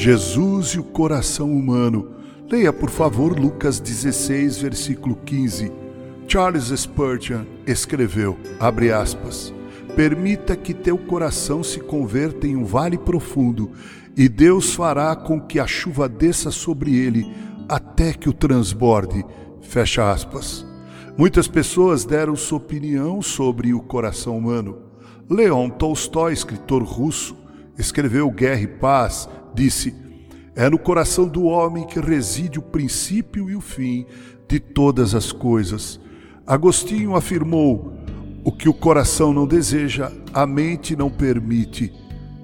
Jesus e o coração humano. Leia, por favor, Lucas 16, versículo 15. Charles Spurgeon escreveu, abre aspas, permita que teu coração se converta em um vale profundo, e Deus fará com que a chuva desça sobre ele, até que o transborde, fecha aspas. Muitas pessoas deram sua opinião sobre o coração humano. Leon Tolstói, escritor russo, escreveu Guerra e Paz, disse, é no coração do homem que reside o princípio e o fim de todas as coisas. Agostinho afirmou, o que o coração não deseja, a mente não permite.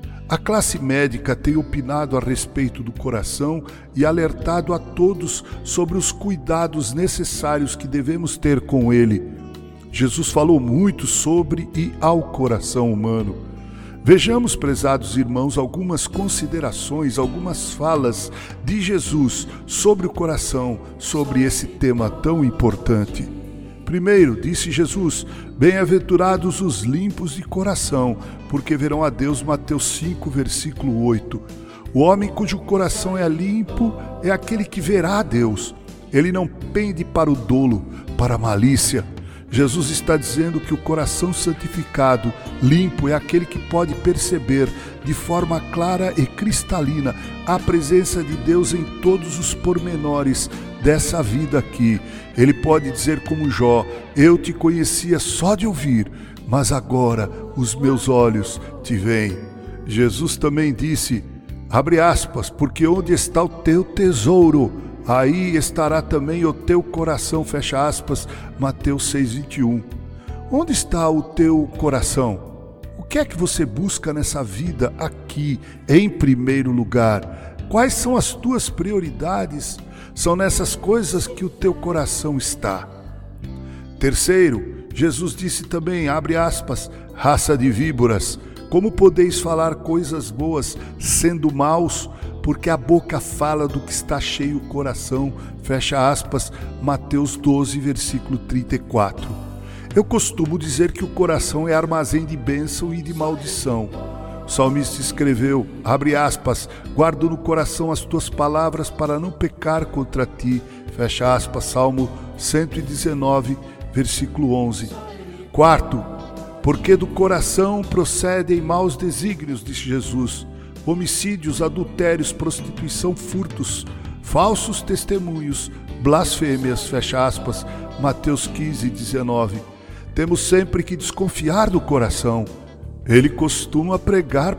A classe médica tem opinado a respeito do coração e alertado a todos sobre os cuidados necessários que devemos ter com ele. Jesus falou muito sobre e ao coração humano. Vejamos, prezados irmãos, algumas considerações, algumas falas de Jesus sobre o coração, sobre esse tema tão importante. Primeiro, disse Jesus, bem-aventurados os limpos de coração, porque verão a Deus, Mateus 5, versículo 8. O homem cujo coração é limpo é aquele que verá a Deus. Ele não pende para o dolo, para a malícia. Jesus está dizendo que o coração santificado, limpo, é aquele que pode perceber de forma clara e cristalina a presença de Deus em todos os pormenores dessa vida aqui. Ele pode dizer como Jó, eu te conhecia só de ouvir, mas agora os meus olhos te veem. Jesus também disse, abre aspas, porque onde está o teu tesouro, aí estará também o teu coração, fecha aspas, Mateus 6:21. Onde está o teu coração? O que é que você busca nessa vida aqui, em primeiro lugar? Quais são as tuas prioridades? São nessas coisas que o teu coração está. Terceiro, Jesus disse também, abre aspas, raça de víboras, como podeis falar coisas boas sendo maus? Porque a boca fala do que está cheio o coração, fecha aspas, Mateus 12, versículo 34. Eu costumo dizer que o coração é armazém de bênção e de maldição. O salmista escreveu, abre aspas, guardo no coração as tuas palavras para não pecar contra ti, fecha aspas, Salmo 119, versículo 11. Quarto, porque do coração procedem maus desígnios, disse Jesus, homicídios, adultérios, prostituição, furtos, falsos testemunhos, blasfêmias, fecha aspas, Mateus 15, 19. Temos sempre que desconfiar do coração. Ele costuma pregar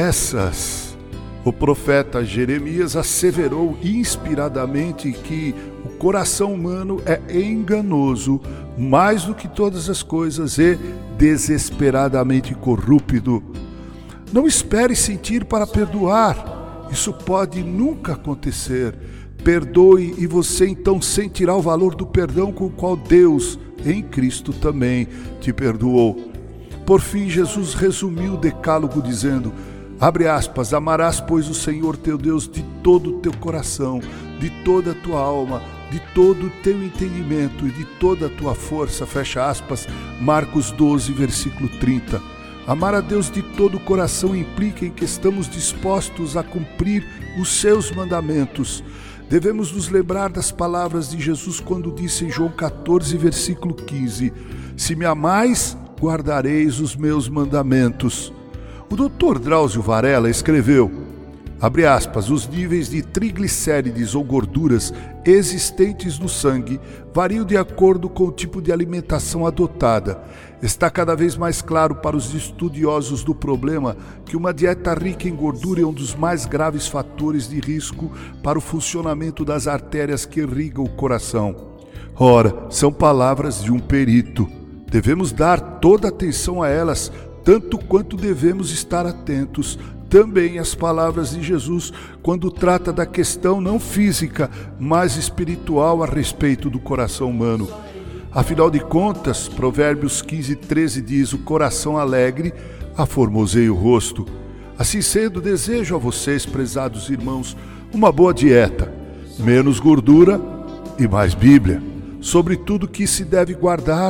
peças. O profeta Jeremias asseverou inspiradamente que o coração humano é enganoso, mais do que todas as coisas, e desesperadamente corrupto. Não espere sentir para perdoar. Isso pode nunca acontecer. Perdoe e você então sentirá o valor do perdão com o qual Deus, em Cristo, também te perdoou. Por fim, Jesus resumiu o decálogo dizendo, abre aspas, amarás, pois, o Senhor teu Deus de todo o teu coração, de toda a tua alma, de todo o teu entendimento e de toda a tua força, fecha aspas, Marcos 12, versículo 30. Amar a Deus de todo o coração implica em que estamos dispostos a cumprir os seus mandamentos. Devemos nos lembrar das palavras de Jesus quando disse em João 14, versículo 15, se me amais, guardareis os meus mandamentos. O Dr. Drauzio Varela escreveu, abre aspas, os níveis de triglicérides ou gorduras existentes no sangue variam de acordo com o tipo de alimentação adotada. Está cada vez mais claro para os estudiosos do problema que uma dieta rica em gordura é um dos mais graves fatores de risco para o funcionamento das artérias que irrigam o coração. Ora, são palavras de um perito. Devemos dar toda atenção a elas, tanto quanto devemos estar atentos também às palavras de Jesus quando trata da questão não física, mas espiritual a respeito do coração humano. Afinal de contas, Provérbios 15, 13 diz, o coração alegre aformoseia o rosto. Assim sendo, desejo a vocês, prezados irmãos, uma boa dieta, menos gordura e mais Bíblia. Sobre tudo que se deve guardar,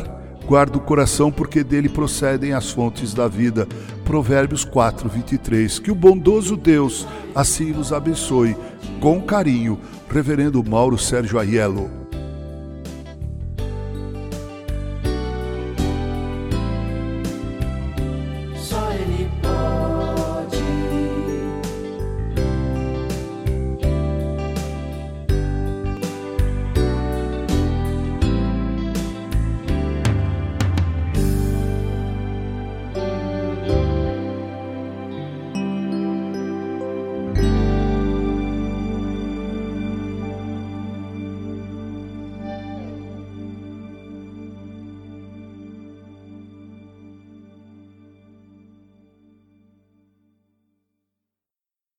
Guarda o coração, porque dele procedem as fontes da vida. Provérbios 4:23. Que o bondoso Deus assim nos abençoe. Com carinho, Reverendo Mauro Sérgio Aiello.